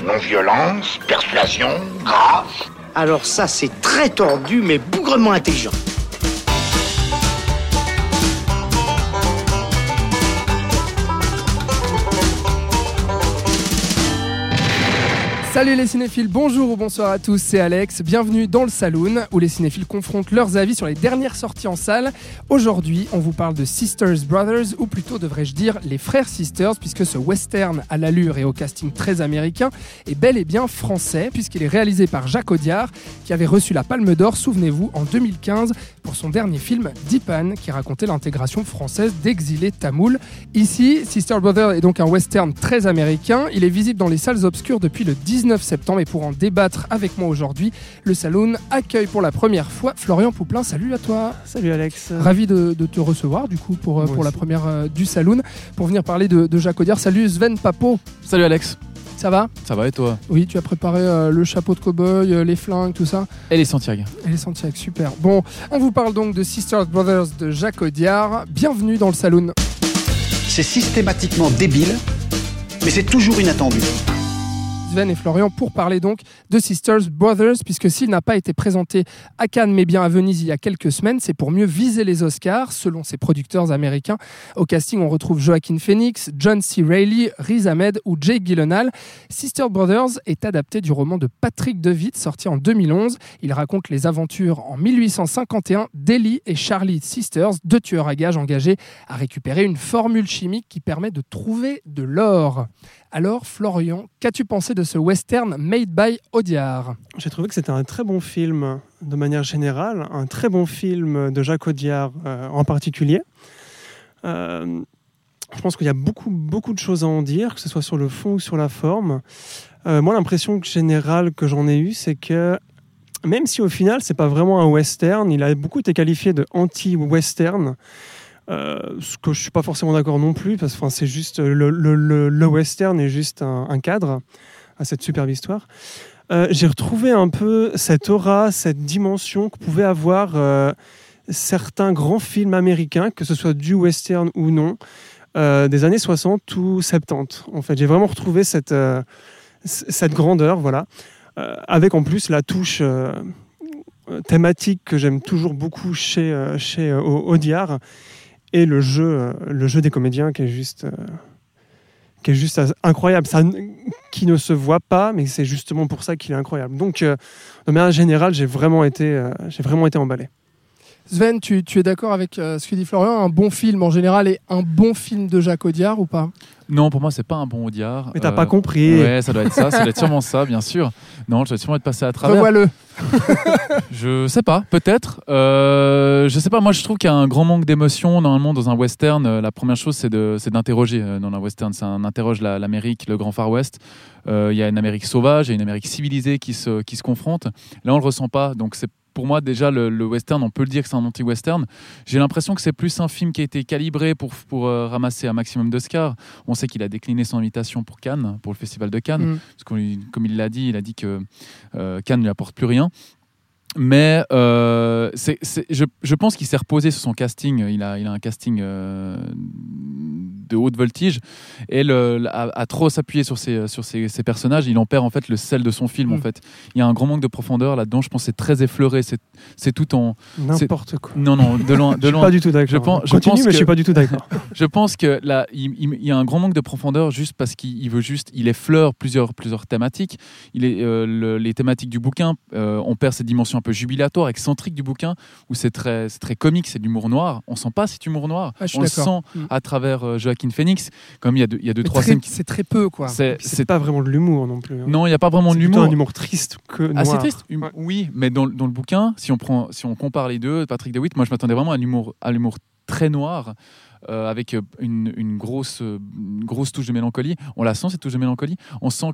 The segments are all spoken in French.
Non-violence, persuasion, grâce. Alors ça, c'est très tordu, mais bougrement intelligent. Salut les cinéphiles, bonjour ou bonsoir à tous, c'est Alex, bienvenue dans le Saloon où les cinéphiles confrontent leurs avis sur les dernières sorties en salle. Aujourd'hui, on vous parle de Sisters Brothers, ou plutôt devrais-je dire les frères Sisters, puisque ce western à l'allure et au casting très américain est bel et bien français, puisqu'il est réalisé par Jacques Audiard, qui avait reçu la Palme d'Or, souvenez-vous, en 2015 pour son dernier film Dipan, qui racontait l'intégration française d'exilés tamouls. Ici, Sisters Brothers est donc un western très américain, il est visible dans les salles obscures depuis le 19 septembre, et pour en débattre avec moi aujourd'hui, le Saloon accueille pour la première fois Florian Pouplin. Salut à toi. Salut Alex. Ravi de te recevoir du coup pour la première du Saloon, pour venir parler de Jacques Audiard. Salut Sven Papo. Salut Alex. Ça va ? Ça va et toi ? Oui, tu as préparé le chapeau de cow-boy, les flingues, tout ça. Et les Santiago. Et les Santiago, super. Bon, on vous parle donc de Sisters Brothers de Jacques Audiard. Bienvenue dans le Saloon. C'est systématiquement débile, mais c'est toujours inattendu. Sven et Florian pour parler donc de Sisters Brothers, puisque s'il n'a pas été présenté à Cannes mais bien à Venise il y a quelques semaines, c'est pour mieux viser les Oscars selon ses producteurs américains. Au casting, on retrouve Joaquin Phoenix, John C. Reilly, Riz Ahmed ou Jake Gyllenhaal. Sisters Brothers est adapté du roman de Patrick DeWitt sorti en 2011. Il raconte les aventures en 1851 d'Ellie et Charlie Sisters, deux tueurs à gages engagés à récupérer une formule chimique qui permet de trouver de l'or. Alors Florian, qu'as-tu pensé de ce western made by Audiard ? J'ai trouvé que c'était un très bon film de manière générale, un très bon film de Jacques Audiard en particulier. Je pense qu'il y a beaucoup de choses à en dire, que ce soit sur le fond ou sur la forme. Moi, l'impression générale que j'en ai eue, c'est que même si au final, c'est pas vraiment un western, il a beaucoup été qualifié de anti-western. Ce que je suis pas forcément d'accord non plus, parce que c'est juste le western est juste un cadre à cette superbe histoire. J'ai retrouvé un peu cette aura, cette dimension que pouvaient avoir certains grands films américains, que ce soit du western ou non, des années 60 ou 70. En fait, j'ai vraiment retrouvé cette grandeur, voilà, avec en plus la touche thématique que j'aime toujours beaucoup chez Audiard. Et le jeu des comédiens qui est juste incroyable, ça, qui ne se voit pas, mais c'est justement pour ça qu'il est incroyable. Donc, de manière générale, j'ai vraiment été emballé. Sven, tu es d'accord avec ce que dit Florian ? Un bon film en général et un bon film de Jacques Audiard ou pas ? Non, pour moi, c'est pas un bon Audiard. Mais t'as pas compris. Ouais, ça doit être ça, ça doit être sûrement ça, bien sûr. Non, je dois sûrement être passé à travers. Revois-le. Je sais pas, peut-être. Je sais pas, moi je trouve qu'il y a un grand manque d'émotion normalement dans un western. La première chose, c'est d'interroger dans un western. On interroge l'Amérique, le grand Far West. Il y a une Amérique sauvage, il y a une Amérique civilisée qui se confrontent. Là, on le ressent pas, donc c'est pour moi, déjà, le western, on peut le dire que c'est un anti-western. J'ai l'impression que c'est plus un film qui a été calibré pour ramasser un maximum d'Oscars. On sait qu'il a décliné son invitation pour Cannes, pour le Festival de Cannes. Parce que, comme il l'a dit que Cannes ne lui apporte plus rien. Mais je pense qu'il s'est reposé sur son casting. Il a un casting de haute voltige et à trop s'appuyer sur ses personnages, il en perd en fait le sel de son film. En fait, il y a un grand manque de profondeur là-dedans. Je pense que c'est très effleuré. C'est tout en n'importe quoi. Non, de loin. Je suis pas du tout d'accord. Je suis pas du tout d'accord. Je pense que là, il y a un grand manque de profondeur juste parce il effleure plusieurs thématiques. Les thématiques du bouquin, on perd cette dimension un peu jubilatoire, excentrique du bouquin, où c'est très comique, c'est de l'humour noir. On sent pas cet humour noir. On le sent à travers Joaquin Phoenix. Comme il y a deux trois scènes. C'est très peu, quoi. C'est pas vraiment de l'humour non plus. Hein. Non, il y a pas vraiment de l'humour. C'est un humour triste que noir. C'est triste. Ouais. Oui, mais dans le bouquin, si on compare les deux, Patrick DeWitt, moi je m'attendais vraiment à l'humour très noir. Avec une grosse touche de mélancolie. On la sent, cette touche de mélancolie. On sent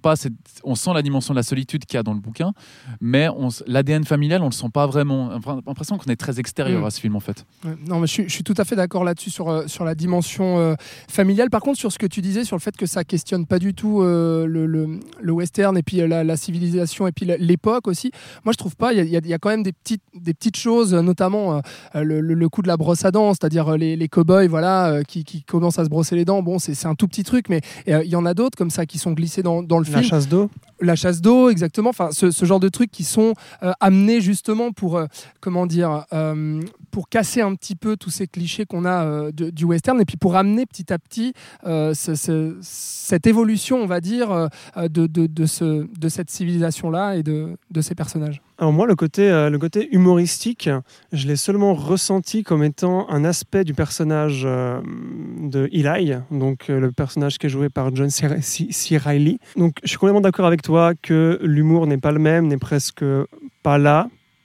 la dimension de la solitude qu'il y a dans le bouquin, mais l'ADN familial, on le sent pas vraiment. Enfin, l'impression qu'on est très extérieur à ce film, en fait. Ouais, non, mais je suis tout à fait d'accord là-dessus sur la dimension familiale. Par contre, sur ce que tu disais, sur le fait que ça questionne pas du tout le western et puis la civilisation et puis l'époque aussi. Moi, je trouve pas. Il y a quand même des petites choses, notamment le coup de la brosse à dents, c'est-à-dire les cow-boys cow-boy, voilà, qui commence à se brosser les dents. Bon, c'est un tout petit truc, mais il y en a d'autres comme ça qui sont glissés dans le film. La chasse d'eau, exactement. Enfin, ce genre de trucs qui sont amenés justement pour, pour casser un petit peu tous ces clichés qu'on a du western, et puis pour amener petit à petit cette évolution, on va dire, de cette civilisation-là et de ces personnages. Alors moi, le côté humoristique, je l'ai seulement ressenti comme étant un aspect du personnage de Eli, donc le personnage qui est joué par John C. Reilly. Donc je suis complètement d'accord avec toi que l'humour n'est pas le même, n'est presque pas là,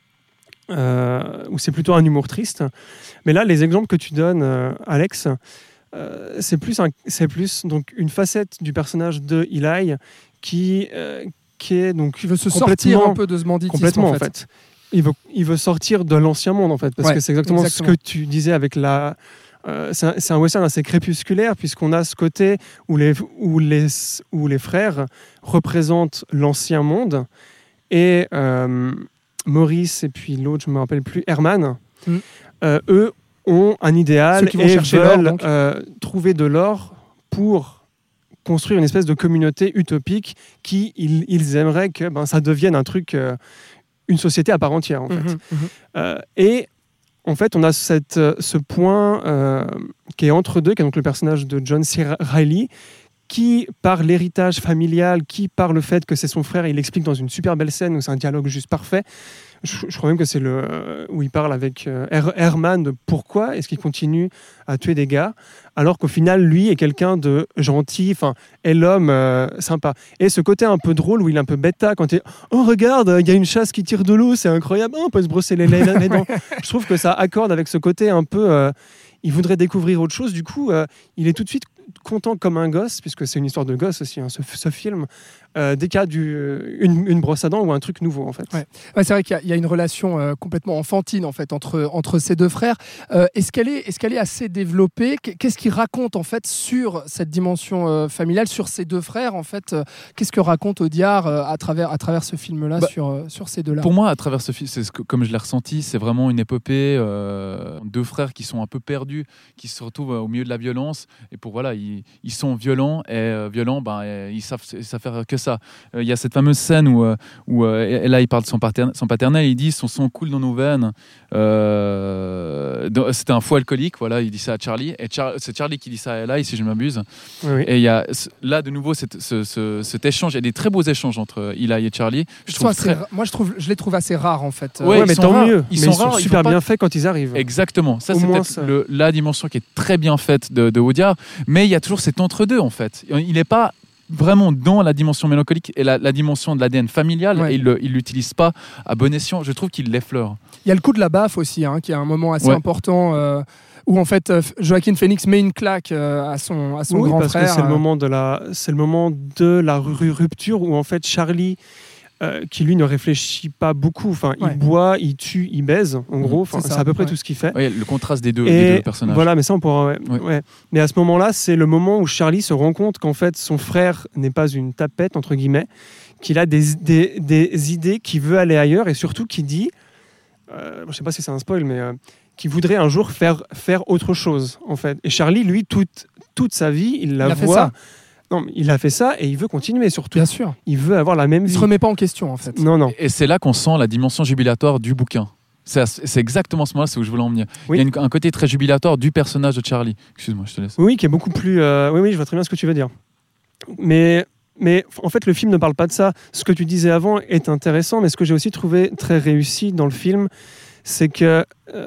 ou c'est plutôt un humour triste. Mais là, les exemples que tu donnes, Alex, c'est plus donc une facette du personnage de Eli qui est donc veut se sortir un peu de ce banditisme. Complètement, en fait. Il veut sortir de l'ancien monde, en fait, parce que c'est exactement ce que tu disais avec la... c'est un western assez crépusculaire, puisqu'on a ce côté où les frères représentent l'ancien monde, et Maurice et puis l'autre, je ne me rappelle plus, Herman, eux ont un idéal et veulent trouver de l'or pour construire une espèce de communauté utopique qui ils aimeraient que ça devienne un truc, une société à part entière, en fait. Et en fait, on a ce point qui est entre deux, qui est donc le personnage de John C. Reilly, qui, par l'héritage familial, qui, par le fait que c'est son frère, il explique dans une super belle scène où c'est un dialogue juste parfait. Je crois même que c'est où il parle avec Herman de pourquoi est-ce qu'il continue à tuer des gars, alors qu'au final, lui est quelqu'un de gentil, est l'homme sympa. Et ce côté un peu drôle où il est un peu bêta, quand il oh regarde, il y a une chasse qui tire de l'eau, c'est incroyable, on peut se brosser les dents. Je trouve que ça accorde avec ce côté un peu... il voudrait découvrir autre chose, du coup, il est tout de suite content comme un gosse, puisque c'est une histoire de gosse aussi, ce film, dès qu'il y a une brosse à dents ou un truc nouveau, en fait. Ouais, c'est vrai qu'il y a une relation complètement enfantine, en fait, entre ces deux frères. Est-ce qu'elle est assez développée ? Qu'est-ce qu'il raconte, en fait, sur cette dimension familiale, sur ces deux frères, en fait qu'est-ce que raconte Audiard à travers ce film-là, sur ces deux-là ? Pour moi, à travers ce film, comme je l'ai ressenti, c'est vraiment une épopée, deux frères qui sont un peu perdus, qui se retrouvent au milieu de la violence, et ils sont violents, et ils savent faire que ça. Il y a cette fameuse scène où là il parle de son paternel, il dit son sang coule dans nos veines. C'était un fou alcoolique, voilà, il dit ça à Charlie, et c'est Charlie qui dit ça à Eli, si je ne m'abuse. Oui. Et il y a là de nouveau cet échange, il y a des très beaux échanges entre Eli et Charlie. Je les trouve assez rares, en fait. Mais tant rares. mieux. Ils sont super bien faits quand ils arrivent. Exactement. Ça, c'est peut-être la dimension qui est très bien faite de Audiard, mais il y a toujours cet entre-deux, en fait. Il n'est pas vraiment dans la dimension mélancolique et la dimension de l'ADN familial, et il l'utilise pas à bon escient. Je trouve qu'il l'effleure. Il y a le coup de la baffe aussi, qui est un moment assez important, où en fait Joaquin Phoenix met une claque à son grand parce frère. Que c'est le moment de la rupture où en fait Charlie, qui lui ne réfléchit pas beaucoup, il boit, il tue, il baise, en gros, c'est à peu près tout ce qu'il fait. Le contraste des deux personnages. Voilà, mais ça on pourra. Mais à ce moment-là, c'est le moment où Charlie se rend compte qu'en fait son frère n'est pas une tapette entre guillemets, qu'il a des idées, qu'il veut aller ailleurs, et surtout qu'il dit, je sais pas si c'est un spoil, mais qu'il voudrait un jour faire autre chose, en fait. Et Charlie, lui, toute sa vie, il voit. Non, mais il a fait ça et il veut continuer, surtout. Bien sûr. Il veut avoir la même vie. Il se remet pas en question, en fait. Non. Et c'est là qu'on sent la dimension jubilatoire du bouquin. C'est exactement ce moment-là, c'est où je voulais en venir. Oui. Il y a un côté très jubilatoire du personnage de Charlie. Excuse-moi, je te laisse. Oui, qui est beaucoup plus... Oui, je vois très bien ce que tu veux dire. Mais en fait, le film ne parle pas de ça. Ce que tu disais avant est intéressant, mais ce que j'ai aussi trouvé très réussi dans le film, c'est que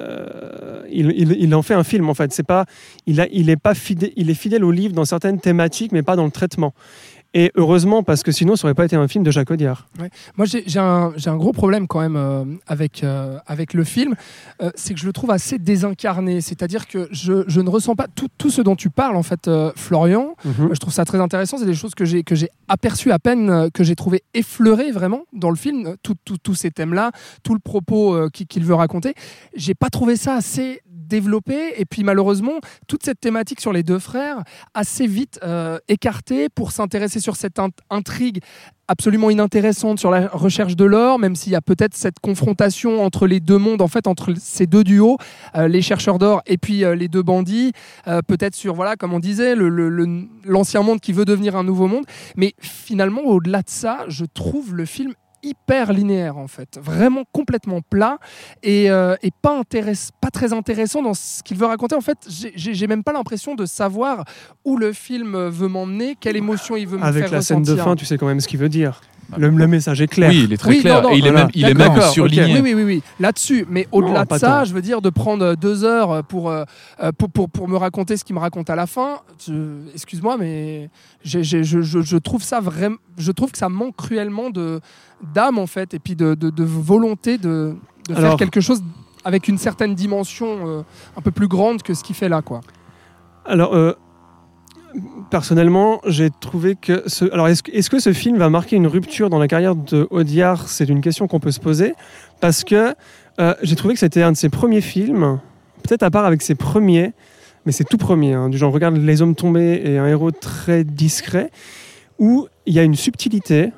il en fait un film, en fait. C'est pas, il est fidèle au livre dans certaines thématiques, mais pas dans le traitement. Et heureusement, parce que sinon, ça n'aurait pas été un film de Jacques Audiard. Ouais. Moi, j'ai un gros problème quand même avec le film. C'est que je le trouve assez désincarné. C'est-à-dire que je ne ressens pas tout ce dont tu parles, en fait, Florian. Je trouve ça très intéressant. C'est des choses que j'ai aperçues à peine, que j'ai trouvé effleurées vraiment dans le film. Tous ces thèmes-là, tout le propos qu'il veut raconter. J'ai pas trouvé ça assez développée. Et puis malheureusement, toute cette thématique sur les deux frères, assez vite écartée pour s'intéresser sur cette intrigue absolument inintéressante sur la recherche de l'or, même s'il y a peut-être cette confrontation entre les deux mondes, en fait, entre ces deux duos, les chercheurs d'or et puis les deux bandits, peut-être sur, voilà, comme on disait, l'ancien monde qui veut devenir un nouveau monde. Mais finalement, au-delà de ça, je trouve le film hyper linéaire, en fait, vraiment complètement plat et pas très intéressant dans ce qu'il veut raconter. En fait, j'ai même pas l'impression de savoir où le film veut m'emmener, quelle émotion il veut me faire ressentir. Avec la scène de fin, tu sais quand même ce qu'il veut dire. Le message est clair. Oui, il est très clair. Non, et il est même surligné. Oui, là-dessus. Mais au-delà de ça, je veux dire, de prendre 2 heures pour me raconter ce qu'il me raconte à la fin, excuse-moi, mais je trouve ça vraiment, je trouve que ça manque cruellement d'âme, en fait, et puis de volonté de faire quelque chose avec une certaine dimension un peu plus grande que ce qu'il fait là, quoi. Alors, personnellement, j'ai trouvé que alors, est-ce que ce film va marquer une rupture dans la carrière de Audiard ? C'est une question qu'on peut se poser, parce que j'ai trouvé que c'était un de ses premiers films, peut-être à part avec ses premiers, mais c'est tout premier, du genre regarde Les Hommes tombés et un héros très discret, où il y a une subtilité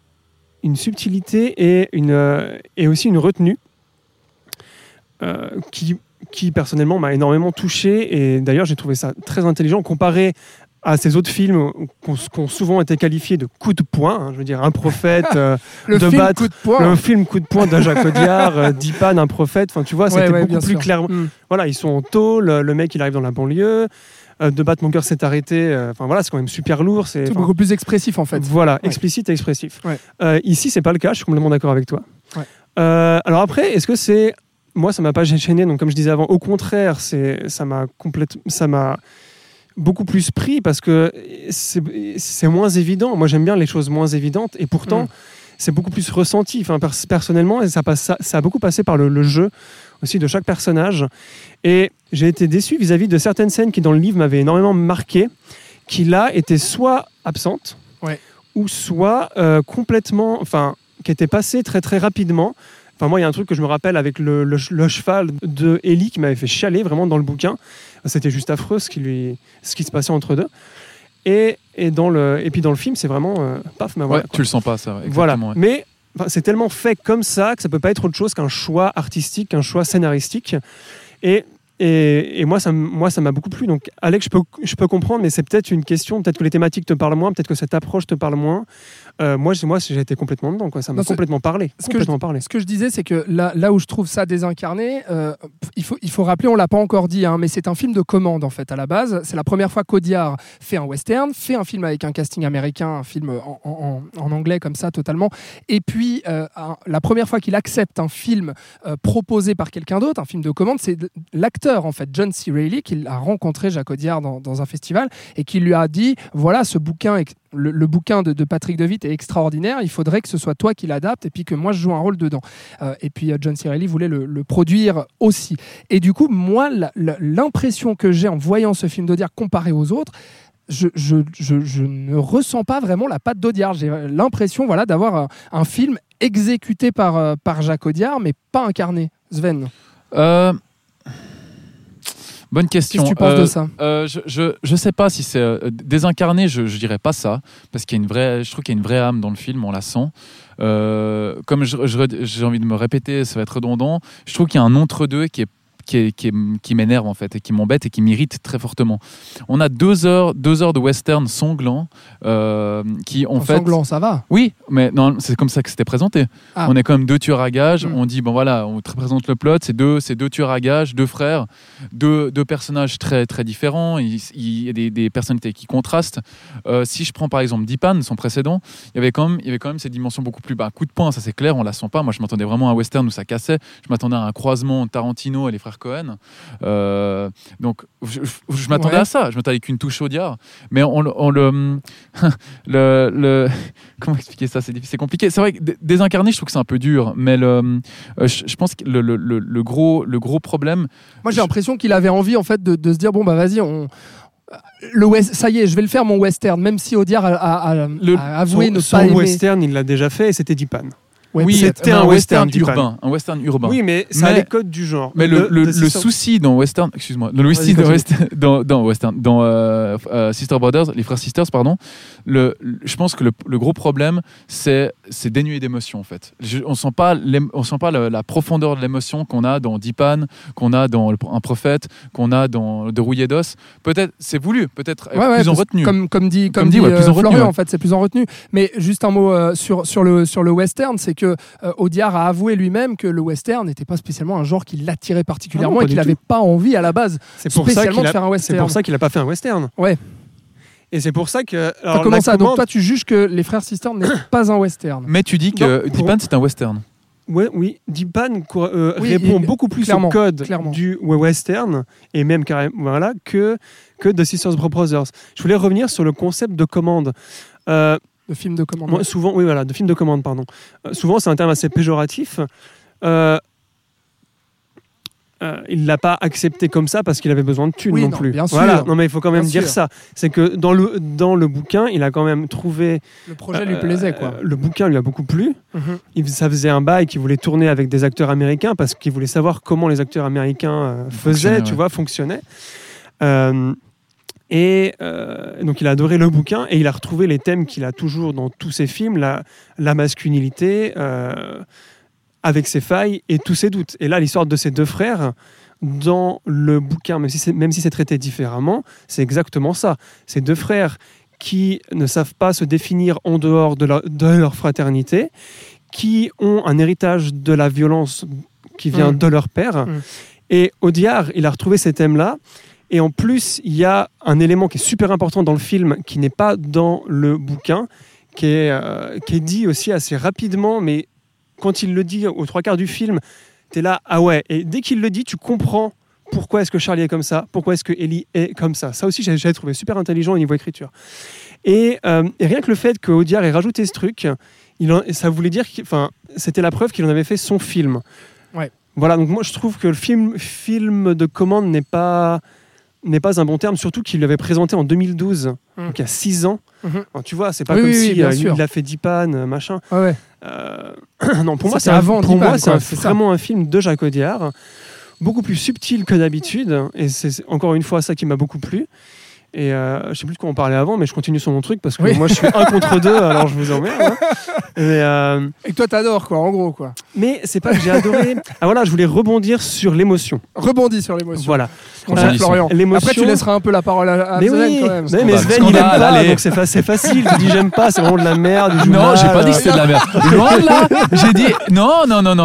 et aussi une retenue qui personnellement m'a énormément touché, et d'ailleurs j'ai trouvé ça très intelligent comparé à ces autres films qui ont souvent été qualifiés de coups de poing, je veux dire Un Prophète, le de film battre, coup de poing. le film Coup de poing de Jacques Audiard, Dipan, Un Prophète, enfin tu vois, c'était beaucoup plus clair. Voilà, ils sont en tôle, le mec il arrive dans la banlieue, de battre mon cœur s'est arrêté, enfin voilà, c'est quand même super lourd, c'est beaucoup plus expressif, en fait. Voilà, explicite et expressif. Ici c'est pas le cas, je suis complètement d'accord avec toi. Alors après, est-ce que c'est, moi ça m'a pas gêné, donc comme je disais avant, au contraire, ça m'a beaucoup plus pris, parce que c'est moins évident. Moi j'aime bien les choses moins évidentes, et pourtant c'est beaucoup plus ressenti. Enfin, personnellement, et ça a beaucoup passé par le jeu aussi de chaque personnage, et j'ai été déçu vis-à-vis de certaines scènes qui dans le livre m'avaient énormément marqué, qui là étaient soit absentes, ou soit complètement, enfin, qui étaient passées très très rapidement. Enfin, moi, il y a un truc que je me rappelle avec le cheval de Ellie qui m'avait fait chialer vraiment dans le bouquin. C'était juste affreux ce qui se passait entre deux. Et puis dans le film, c'est vraiment paf, mais voilà. Tu le sens pas, ça. Voilà. Mais c'est tellement fait comme ça que ça peut pas être autre chose qu'un choix artistique, qu'un choix scénaristique. Et moi, ça m'a beaucoup plu. Donc, Alex, je peux comprendre, mais c'est peut-être une question. Peut-être que les thématiques te parlent moins, peut-être que cette approche te parle moins. Moi, j'ai été complètement dedans, quoi. Ça m'a complètement parlé. Ce que je disais, c'est que là où je trouve ça désincarné, il faut rappeler, on l'a pas encore dit, mais c'est un film de commande, en fait, à la base. C'est la première fois qu'Audiard fait un western, fait un film avec un casting américain, un film en anglais comme ça, totalement. Et puis, la première fois qu'il accepte un film proposé par quelqu'un d'autre, un film de commande, c'est l'acteur, en fait, John C. Reilly, qui a rencontré Jacques Audiard dans un festival et qui lui a dit, voilà, ce bouquin, le bouquin de Patrick DeWitt est extraordinaire, il faudrait que ce soit toi qui l'adapte et puis que moi je joue un rôle dedans. Et puis John C. Reilly voulait le produire aussi. Et du coup, moi, l'impression que j'ai en voyant ce film d'Audiard comparé aux autres, je ne ressens pas vraiment la patte d'Audiard. J'ai l'impression, voilà, d'avoir un film exécuté par Jacques Audiard, mais pas incarné. Sven. Bonne question. Qu'est-ce que tu penses de ça ? Je sais pas si c'est désincarné. Je dirais pas ça, parce qu'il y a je trouve qu'il y a une vraie âme dans le film. On la sent. Comme j'ai envie de me répéter, ça va être redondant. Je trouve qu'il y a un entre-deux qui m'énerve, en fait, et qui m'embête et qui m'irrite très fortement. On a 2 heures de western sanglant qui en fait... Sanglant, ça va. Oui, mais non, c'est comme ça que c'était présenté. On est quand même 2 tueurs à gages. On dit, bon voilà, on te présente le plot, c'est deux tueurs à gages, 2 frères, deux personnages très, très différents. Il y a des personnalités qui contrastent. Si je prends par exemple Dipan, son précédent, il y avait quand même cette dimension beaucoup plus... coup de poing, ça c'est clair, on la sent pas. Moi je m'attendais vraiment à un western où ça cassait. Je m'attendais à un croisement Tarantino et les frères Cohen. Donc je m'attendais à ça, je m'attendais qu'une touche Audiard, mais comment expliquer ça, c'est compliqué. C'est vrai que désincarné, je trouve que c'est un peu dur, mais je pense que le gros problème, moi j'ai l'impression qu'il avait envie, en fait, de se dire, bon bah vas-y, ça y est, je vais le faire, mon western, même si Audiard a avoué ne pas aimer. Son western, il l'a déjà fait, et c'était Dipan. Oui, c'était mais un western urbain. Un western urbain. Oui, mais ça a les codes du genre. Mais le souci dans western, excuse-moi, le souci dans Sister Brothers, les frères Sisters, pardon. Je pense que le gros problème, c'est dénué d'émotion en fait. On sent pas la profondeur de l'émotion qu'on a dans Deep Pan, qu'on a dans Un prophète, qu'on a dans De rouillé d'os. Peut-être c'est voulu, peut-être plus en retenue. Comme dit plus en retenue, Florian, en fait, c'est plus en retenue. Mais juste un mot sur le western, c'est que Audiard a avoué lui-même que le western n'était pas spécialement un genre qui l'attirait particulièrement et qu'il n'avait pas envie à la base de faire un western. C'est pour ça qu'il n'a pas fait un western. Ouais. Et c'est pour ça que... Comment ça ? Donc toi, tu juges que Les Frères Sisters n'est pas un western. Mais tu dis que Deep Pan, c'est un western. Oui, Deep Pan répond beaucoup plus au code du western et même carrément que The Sisters Brothers. Je voulais revenir sur le concept de commande. De film de commande. Moi, souvent, de film de commande, pardon. Souvent, c'est un terme assez péjoratif. Il ne l'a pas accepté comme ça parce qu'il avait besoin de thunes non plus. Bien sûr. Voilà. Non, mais il faut quand même dire ça. C'est que dans le bouquin, il a quand même trouvé... Le projet lui plaisait, quoi. Le bouquin lui a beaucoup plu. Ça faisait un bail qu'il voulait tourner avec des acteurs américains parce qu'il voulait savoir comment les acteurs américains fonctionnaient. Donc il a adoré le bouquin et il a retrouvé les thèmes qu'il a toujours dans tous ses films, la masculinité... avec ses failles et tous ses doutes. Et là, l'histoire de ces deux frères, dans le bouquin, même si c'est traité différemment, c'est exactement ça. Ces deux frères qui ne savent pas se définir en dehors de leur fraternité, qui ont un héritage de la violence qui vient de leur père. Et Audiard, il a retrouvé ces thèmes-là. Et en plus, il y a un élément qui est super important dans le film, qui n'est pas dans le bouquin, qui est dit aussi assez rapidement, mais quand il le dit aux 3/4 du film, t'es là, ah ouais. Et dès qu'il le dit, tu comprends pourquoi est-ce que Charlie est comme ça, pourquoi est-ce que Ellie est comme ça. Ça aussi, j'avais trouvé super intelligent au niveau écriture. Et rien que le fait que Audiard ait rajouté ce truc, ça voulait dire c'était la preuve qu'il en avait fait son film. Ouais. Voilà, donc moi je trouve que le film de commande n'est pas un bon terme, surtout qu'il l'avait présenté en 2012, donc il y a 6 ans. Alors, tu vois, c'est pas comme si il a fait Deep Pan, machin. Ouais. Non, pour moi, c'est vraiment un film de Jacques Audiard, beaucoup plus subtil que d'habitude, et c'est encore une fois ça qui m'a beaucoup plu. Et je sais plus de quoi on parlait avant, mais je continue sur mon truc parce que moi je suis 1 contre 2, alors je vous emmerde. Hein. Et toi t'adores quoi, en gros quoi. Mais c'est pas que j'ai adoré. Ah voilà, je voulais rebondir sur l'émotion. Rebondis sur l'émotion. Voilà. Florian. Après tu laisseras un peu la parole à Sven quand même. Mais Sven il aime pas, donc c'est facile. Tu dis j'aime pas, c'est vraiment de la merde. Non, j'ai pas dit que c'était de la merde. Loin de là, j'ai dit non.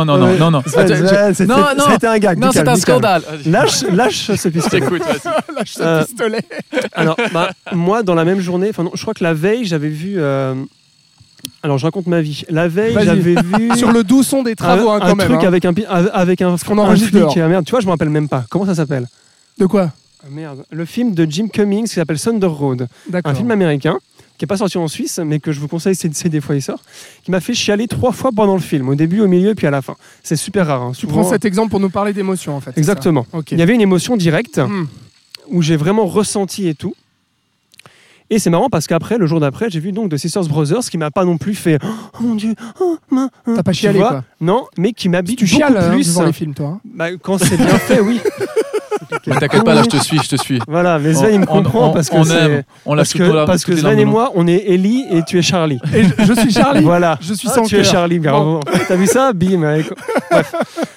C'était un gag. Non, c'est un scandale. Lâche ce pistolet. Écoute, vas-y. Lâche ce pistolet. Alors, moi, dans la même journée, je crois que la veille, j'avais vu... Alors, je raconte ma vie. La veille, j'avais vu... Sur le doux son des travaux, quand même. Un truc avec un flic. Merde, tu vois, je me rappelle même pas. Comment ça s'appelle ? De quoi ? Merde. Le film de Jim Cummings qui s'appelle Thunder Road. D'accord. Un film américain qui n'est pas sorti en Suisse, mais que je vous conseille, c'est des fois il sort, qui m'a fait chialer 3 fois pendant le film, au début, au milieu, puis à la fin. C'est super rare. Hein. Tu prends cet exemple pour nous parler d'émotion, en fait. Exactement. Okay. Il y avait une émotion directe où j'ai vraiment ressenti et tout. Et c'est marrant parce qu'après, le jour d'après, j'ai vu donc The Sisters Brothers qui m'a pas non plus fait oh mon Dieu, T'as pas chialé quoi ? Non, mais qui m'habite tu beaucoup plus devant les films, toi. Quand c'est bien fait, oui. Mais t'inquiète pas, là, je te suis. Voilà, mais Sven, il me comprend parce que Sven et moi, on est Ellie et tu es Charlie. Et je suis Charlie. Voilà. Je suis sans tu es Charlie, bravo. T'as vu ça ? Bim. Bref.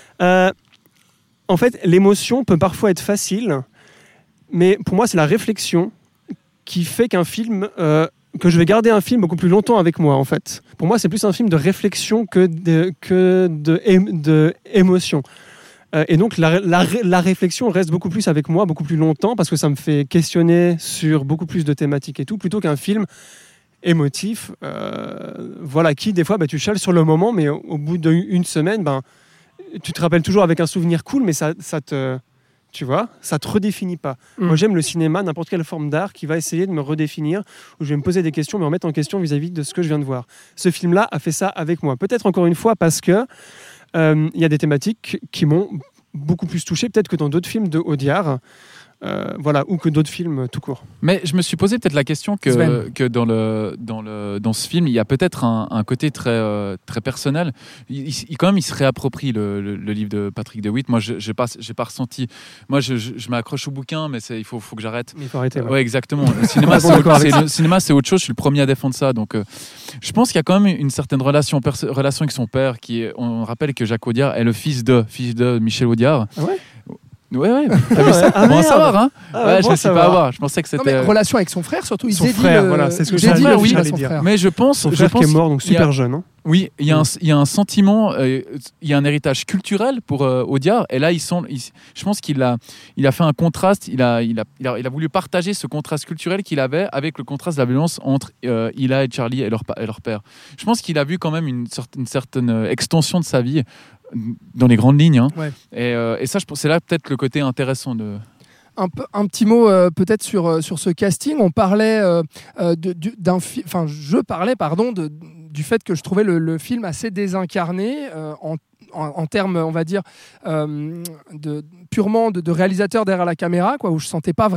En fait, l'émotion peut parfois être facile, mais pour moi, c'est la réflexion qui fait qu'un film, que je vais garder un film beaucoup plus longtemps avec moi, en fait. Pour moi, c'est plus un film de réflexion que de émotion. Et donc, la réflexion reste beaucoup plus avec moi, beaucoup plus longtemps, parce que ça me fait questionner sur beaucoup plus de thématiques et tout, plutôt qu'un film émotif, qui, des fois, tu chiales sur le moment, mais au bout d'une semaine, tu te rappelles toujours avec un souvenir cool, mais ça te redéfinit pas. Moi, j'aime le cinéma, n'importe quelle forme d'art qui va essayer de me redéfinir, où je vais me poser des questions, me remettre en question vis-à-vis de ce que je viens de voir. Ce film-là a fait ça avec moi. Peut-être encore une fois parce que y a des thématiques qui m'ont beaucoup plus touché, peut-être que dans d'autres films de Audiard. voilà, ou que d'autres films tout court. Mais je me suis posé peut-être la question que dans ce film, il y a peut-être un côté très, très personnel. Quand même, il se réapproprie le livre de Patrick DeWitt. Moi, j'ai pas ressenti. Moi, je m'accroche au bouquin, mais il faut que j'arrête. Il faut arrêter. Ouais, exactement. Le cinéma, c'est autre chose. Je suis le premier à défendre ça. Donc, je pense qu'il y a quand même une certaine relation avec son père. On rappelle que Jacques Audiard est le fils de Michel Audiard. Ah ouais. Ouais, t'as vu ça? Bon à savoir, hein? Ouais, je ne sais pas avoir. Je pensais que c'était. Relation avec son frère, surtout. Son frère, voilà, c'est ce que j'allais dire. Mais je pense. Son frère qui est mort, donc super jeune. Hein. Oui, il y a un sentiment, il y a un héritage culturel pour Audiard. Et là, je pense qu'il a fait un contraste. Il a voulu partager ce contraste culturel qu'il avait avec le contraste de la violence entre Ila et Charlie et leur père. Je pense qu'il a vu quand même une certaine extension de sa vie dans les grandes lignes. Hein. Ouais. Et ça, c'est là peut-être le côté intéressant de... Un petit mot peut-être sur ce casting. On parlait je parlais du fait que je trouvais le film assez désincarné en termes, on va dire, purement de réalisateur derrière la caméra, quoi, où je sentais pas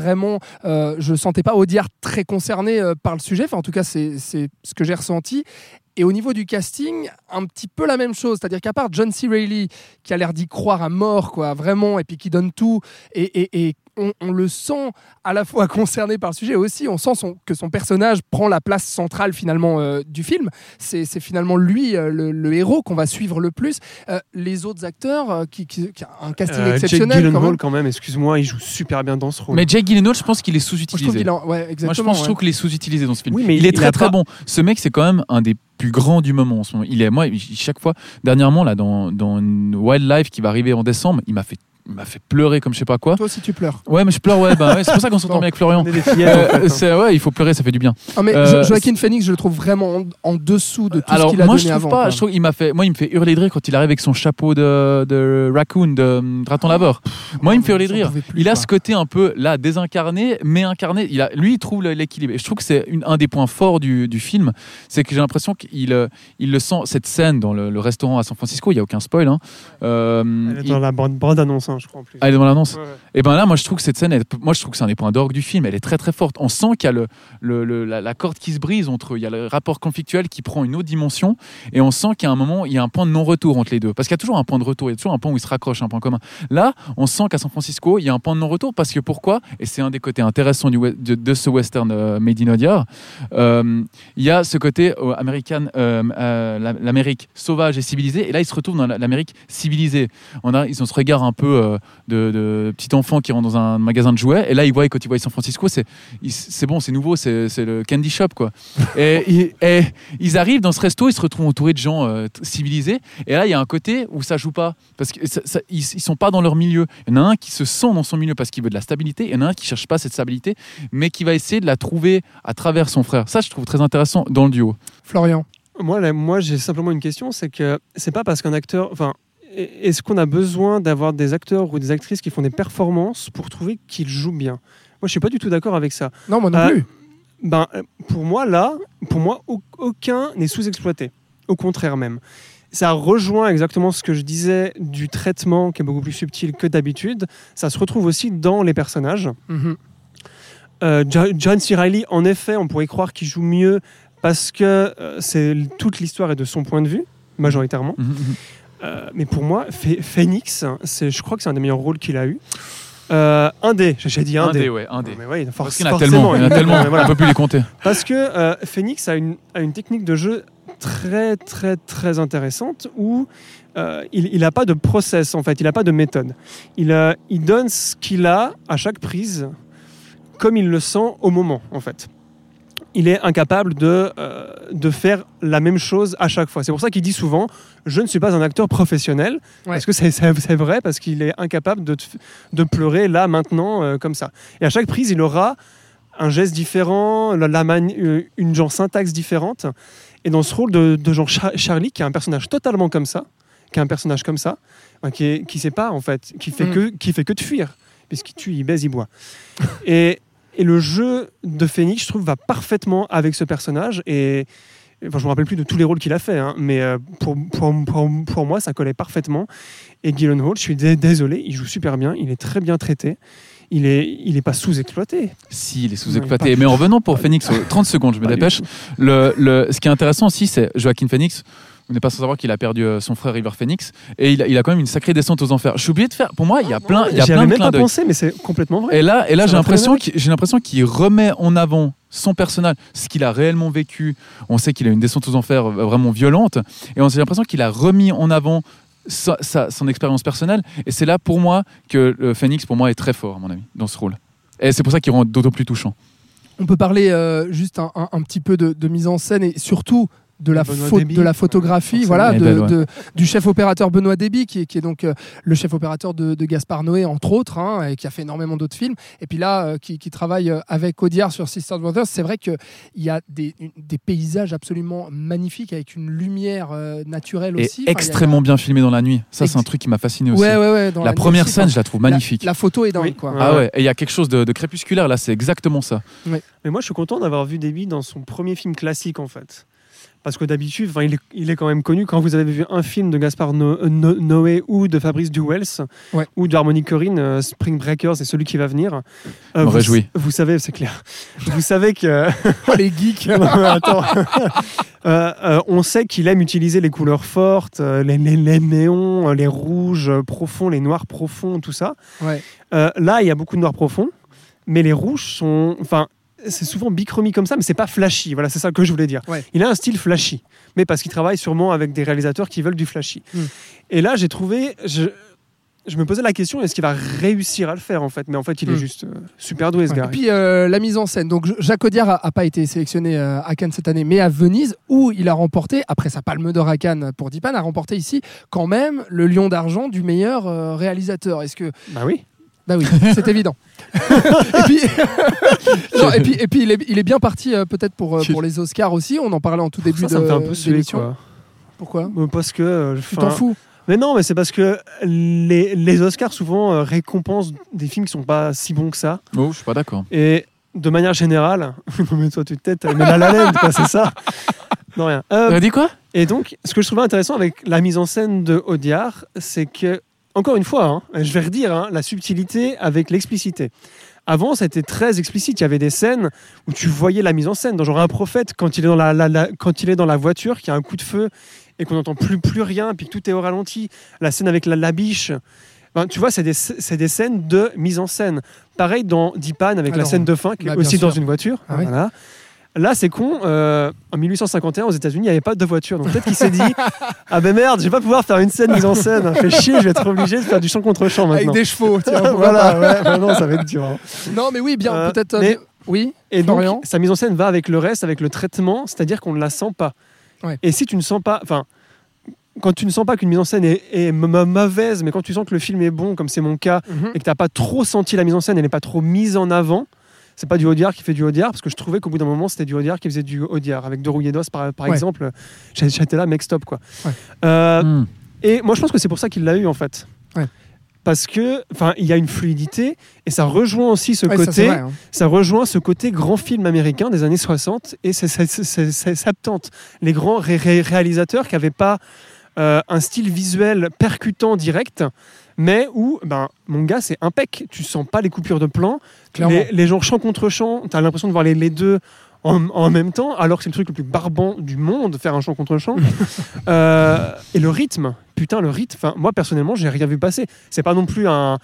Audiard très concerné par le sujet. Enfin, en tout cas, c'est ce que j'ai ressenti. Et au niveau du casting, un petit peu la même chose. C'est-à-dire qu'à part John C. Reilly, qui a l'air d'y croire à mort, quoi, vraiment, et puis qui donne tout, et on le sent à la fois concerné par le sujet, et aussi on sent que son personnage prend la place centrale finalement du film. C'est finalement lui le héros qu'on va suivre le plus. Les autres acteurs, qui a un casting exceptionnel. Jake Gyllenhaal quand même, excuse-moi, il joue super bien dans ce rôle. Mais Jake Gyllenhaal, je pense qu'il est sous-utilisé. Je trouve qu'il est sous-utilisé dans ce film. Oui, mais il est très très bon. Ce mec, c'est quand même un des plus grand du moment en ce moment. Chaque fois, dernièrement là dans Wildlife qui va arriver en décembre, il m'a fait pleurer comme je sais pas quoi. Toi aussi tu pleures. Ouais, mais je pleure, c'est pour ça qu'on s'entend bien avec Florian. On est des fillettes, il faut pleurer, ça fait du bien. Ah, mais Joaquin Phoenix, je le trouve vraiment en dessous de tout ce qu'il a donné avant. Je trouve il me fait hurler de rire quand il arrive avec son chapeau de raccoon, de raton laveur. Moi, il me fait hurler de rire. Il a ce côté un peu là désincarné, mais incarné. Il trouve l'équilibre. Et je trouve que c'est un des points forts du film, c'est que j'ai l'impression qu'il le sent, cette scène dans le restaurant à San Francisco. Il y a aucun spoil. Hein. Elle est dans la bande annonce. Je crois en plus. Elle est dans l'annonce. Ouais. Et ben là, moi je trouve que cette scène, je trouve que c'est un des points d'orgue du film. Elle est très très forte. On sent qu'il y a la corde qui se brise entre eux. Il y a le rapport conflictuel qui prend une autre dimension, et on sent qu'il y a un moment, il y a un point de non-retour entre les deux. Parce qu'il y a toujours un point de retour. Il y a toujours un point où ils se raccrochent, un point commun. Là, on sent qu'à San Francisco, il y a un point de non-retour parce que pourquoi ? Et c'est un des côtés intéressants de ce western Made in Audiard. Il y a ce côté l'Amérique sauvage et civilisée, et là ils se retrouvent dans l'Amérique civilisée. Ils ont ce regard un peu de petit enfant qui rentre dans un magasin de jouets, et là quand ils voient San Francisco, c'est bon, c'est nouveau, c'est le candy shop quoi. et ils arrivent dans ce resto, ils se retrouvent entourés de gens civilisés, et là il y a un côté où ça joue pas parce qu'ils sont pas dans leur milieu. Il y en a un qui se sent dans son milieu parce qu'il veut de la stabilité, il y en a un qui cherche pas cette stabilité mais qui va essayer de la trouver à travers son frère. Ça je trouve très intéressant dans le duo. Florian. Moi j'ai simplement une question, c'est que c'est pas parce qu'un acteur, est-ce qu'on a besoin d'avoir des acteurs ou des actrices qui font des performances pour trouver qu'ils jouent bien ? Moi, je suis pas du tout d'accord avec ça. Non, moi non plus. Pour moi, aucun n'est sous-exploité. Au contraire même. Ça rejoint exactement ce que je disais du traitement qui est beaucoup plus subtil que d'habitude. Ça se retrouve aussi dans les personnages. John C. Reilly, en effet, on pourrait croire qu'il joue mieux parce que toute l'histoire est de son point de vue, majoritairement. Mais pour moi, Phoenix, je crois que c'est un des meilleurs rôles qu'il a eu. J'ai dit un dé. Mais ouais, parce qu'il y en a tellement, on ne peut plus les compter. Parce que Phoenix a une technique de jeu très, très, très intéressante où il n'a pas de process, en fait, il n'a pas de méthode. Il donne ce qu'il a à chaque prise, comme il le sent au moment, en fait. Il est incapable de faire la même chose à chaque fois. C'est pour ça qu'il dit souvent « Je ne suis pas un acteur professionnel ». Ouais. Parce que c'est vrai, parce qu'il est incapable de pleurer là, maintenant, comme ça. Et à chaque prise, il aura un geste différent, une genre syntaxe différente. Et dans ce rôle de genre Charlie, qui est un personnage totalement comme ça, qui sait pas, en fait, qui fait que de fuir. Puisqu'il tue, il baise, il boit. Et le jeu de Phoenix, je trouve, va parfaitement avec ce personnage. Et je ne me rappelle plus de tous les rôles qu'il a fait, hein, mais pour moi, ça collait parfaitement. Et Gyllenhaal, je suis désolé, il joue super bien, il est très bien traité. il est pas sous-exploité. Si, il est sous-exploité. Mais en revenant pour Phoenix, 30 secondes, je me dépêche. Ce qui est intéressant aussi, c'est Joaquin Phoenix. Vous n'êtes pas sans savoir qu'il a perdu son frère River Phoenix et il a quand même une sacrée descente aux enfers. Je suis obligé de faire. Pour moi, il y a plein de J'y avais même clins pas d'œil. pensé, mais c'est complètement vrai. Et là, j'ai l'impression qu'il remet en avant son personnage, ce qu'il a réellement vécu. On sait qu'il a une descente aux enfers vraiment violente, et on a l'impression qu'il a remis en avant son expérience personnelle. Et c'est là pour moi que Phoenix, pour moi, est très fort, à mon avis, dans ce rôle. Et c'est pour ça qu'il rend d'autant plus touchant. On peut parler juste un petit peu de mise en scène et surtout de la photographie, voilà, du chef opérateur Benoît Deby, qui est donc le chef opérateur de Gaspard Noé, entre autres, et qui a fait énormément d'autres films. Et puis là, qui travaille avec Audiard sur Sisters Brothers. C'est vrai qu'il y a des paysages absolument magnifiques avec une lumière naturelle aussi. Et extrêmement bien filmé dans la nuit. Ça, c'est un truc qui m'a fasciné aussi. Ouais, la première scène, je la trouve magnifique. La photo est dingue, quoi. Ah ouais, et il y a quelque chose de crépusculaire là, c'est exactement ça. Ouais. Mais moi, je suis content d'avoir vu Deby dans son premier film classique, en fait. Parce que d'habitude, il est quand même connu. Quand vous avez vu un film de Gaspard Noé ou de Fabrice Duwels ou de Harmony Korine, Spring Breakers, c'est celui qui va venir. Vous savez, c'est clair. Vous savez que... Oh, les geeks. Attends. On sait qu'il aime utiliser les couleurs fortes, les néons, les rouges profonds, les noirs profonds, tout ça. Ouais. Là, il y a beaucoup de noirs profonds, mais les rouges sont... c'est souvent bichromie comme ça, mais c'est pas flashy. Voilà, c'est ça que je voulais dire. Ouais. Il a un style flashy, mais parce qu'il travaille sûrement avec des réalisateurs qui veulent du flashy. Et là, j'ai trouvé... Je me posais la question, est-ce qu'il va réussir à le faire, en fait? Mais en fait, il est juste super doué, ce gars. Et puis, la mise en scène. Donc, Jacques Audiard n'a pas été sélectionné à Cannes cette année, mais à Venise, où il a remporté, après sa Palme d'Or à Cannes pour Dipan, a remporté ici, quand même, le Lion d'Argent du meilleur réalisateur. Est-ce que... Bah oui, c'est évident. et puis il est bien parti peut-être pour les Oscars aussi. On en parlait en tout début ça me fait un peu suer, d'émission. quoi. Pourquoi? Parce que... Tu t'en fous? Mais non, mais c'est parce que les Oscars souvent récompensent des films qui sont pas si bons que ça. Oh, je suis pas d'accord. Et de manière générale... non mais toi tu te têtes, mais La La Land, quoi, c'est ça? Non, rien. Tu as dit quoi? Et donc, ce que je trouvais intéressant avec la mise en scène de Audiard, c'est que, encore une fois, je vais redire, la subtilité avec l'explicité. Avant, c'était très explicite. Il y avait des scènes où tu voyais la mise en scène. Dans genre Un prophète, quand il est dans la voiture, qu'il y a un coup de feu et qu'on n'entend plus rien, puis que tout est au ralenti. La scène avec la biche. Tu vois, c'est des scènes de mise en scène. Pareil dans Dipan avec la scène de fin, qui est aussi dans une voiture. Ah, voilà. Là, c'est con. En 1851, aux États-Unis, il n'y avait pas de voiture. Donc peut-être qu'il s'est dit ah ben merde, je vais pas pouvoir faire une scène mise en scène. Fait chier, je vais être obligé de faire du chant contre chant maintenant. Avec des chevaux. Tiens, voilà, non, ça va être dur. Non, mais oui, bien, peut-être. Oui. Et donc, sa mise en scène va avec le reste, avec le traitement, c'est-à-dire qu'on ne la sent pas. Ouais. Et si tu ne sens pas, quand tu ne sens pas qu'une mise en scène est mauvaise, mais quand tu sens que le film est bon, comme c'est mon cas, et que tu n'as pas trop senti la mise en scène, elle n'est pas trop mise en avant. C'est pas du Audiard qui fait du Audiard, parce que je trouvais qu'au bout d'un moment, c'était du Audiard qui faisait du Audiard. Avec De Rouillet-Dos, par exemple, j'étais là, mec, stop, quoi. Ouais. Et moi, je pense que c'est pour ça qu'il l'a eu, en fait. Ouais. Parce que, il y a une fluidité, et ça rejoint aussi ce côté, ça rejoint ce côté grand film américain des années 60 et 70. Les grands réalisateurs qui n'avaient pas un style visuel percutant direct, mais où, mon gars, c'est impec. Tu sens pas les coupures de plan. Les gens chant contre chant, tu as l'impression de voir les deux en même temps, alors que c'est le truc le plus barbant du monde, faire un chant contre chant. Et le rythme, moi, personnellement, j'ai rien vu passer. C'est pas non plus un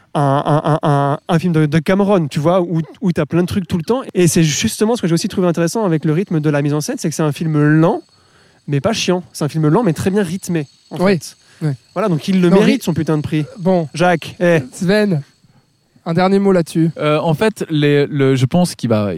film de Cameron, tu vois, où tu as plein de trucs tout le temps. Et c'est justement ce que j'ai aussi trouvé intéressant avec le rythme de la mise en scène, c'est que c'est un film lent, mais pas chiant. C'est un film lent, mais très bien rythmé, en fait. Ouais. Voilà, donc il mérite son putain de prix. Bon, Jacques, Sven, un dernier mot là-dessus. En fait, je pense qu'il va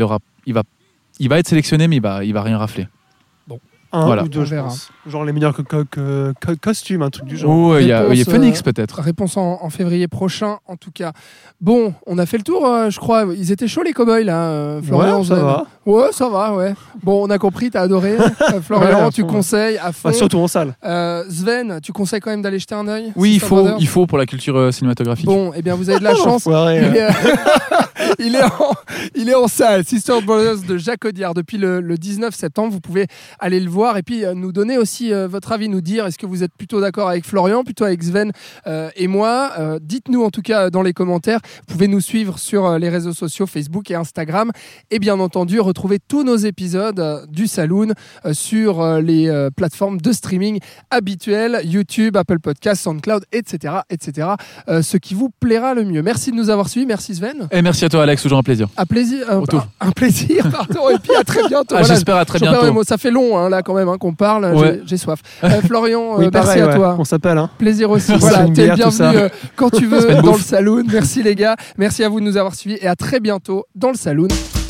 être sélectionné, mais il va rien rafler. Bon, ou deux, je pense. Genre les meilleurs costumes, un truc du genre. Oh, il y a Phoenix peut-être. Réponse en février prochain, en tout cas. Bon, on a fait le tour, je crois. Ils étaient chauds les cowboys là, Florian. Ouais, ça va. Ouais, ça va, ouais. Bon, on a compris, t'as adoré. Florian, tu conseilles à fond. Surtout en salle. Sven, tu conseilles quand même d'aller jeter un œil? Oui, il faut pour la culture cinématographique. Bon, eh bien, vous avez de la chance. Il est en salle, Sisters Brothers de Jacques Audiard depuis le 19 septembre. Vous pouvez aller le voir et puis nous donner aussi votre avis, nous dire est-ce que vous êtes plutôt d'accord avec Florian, plutôt avec Sven et moi. Dites-nous en tout cas dans les commentaires. Vous pouvez nous suivre sur les réseaux sociaux Facebook et Instagram et bien entendu retrouver tous nos épisodes du Saloon sur les plateformes de streaming habituelles, YouTube, Apple Podcasts, SoundCloud, etc. Ce qui vous plaira le mieux. Merci de nous avoir suivis. Merci Sven. Et merci à toi Alex, toujours un plaisir. Un plaisir, un plaisir, pardon, et puis à très bientôt. Voilà, j'espère à très bientôt. Ça fait long là quand même qu'on parle, ouais. J'ai soif. Florian, oui, merci pareil, à toi. On s'appelle. Plaisir aussi. Voilà, t'es bière, bienvenu quand tu veux dans le Saloon. Merci les gars, merci à vous de nous avoir suivis et à très bientôt dans le Saloon.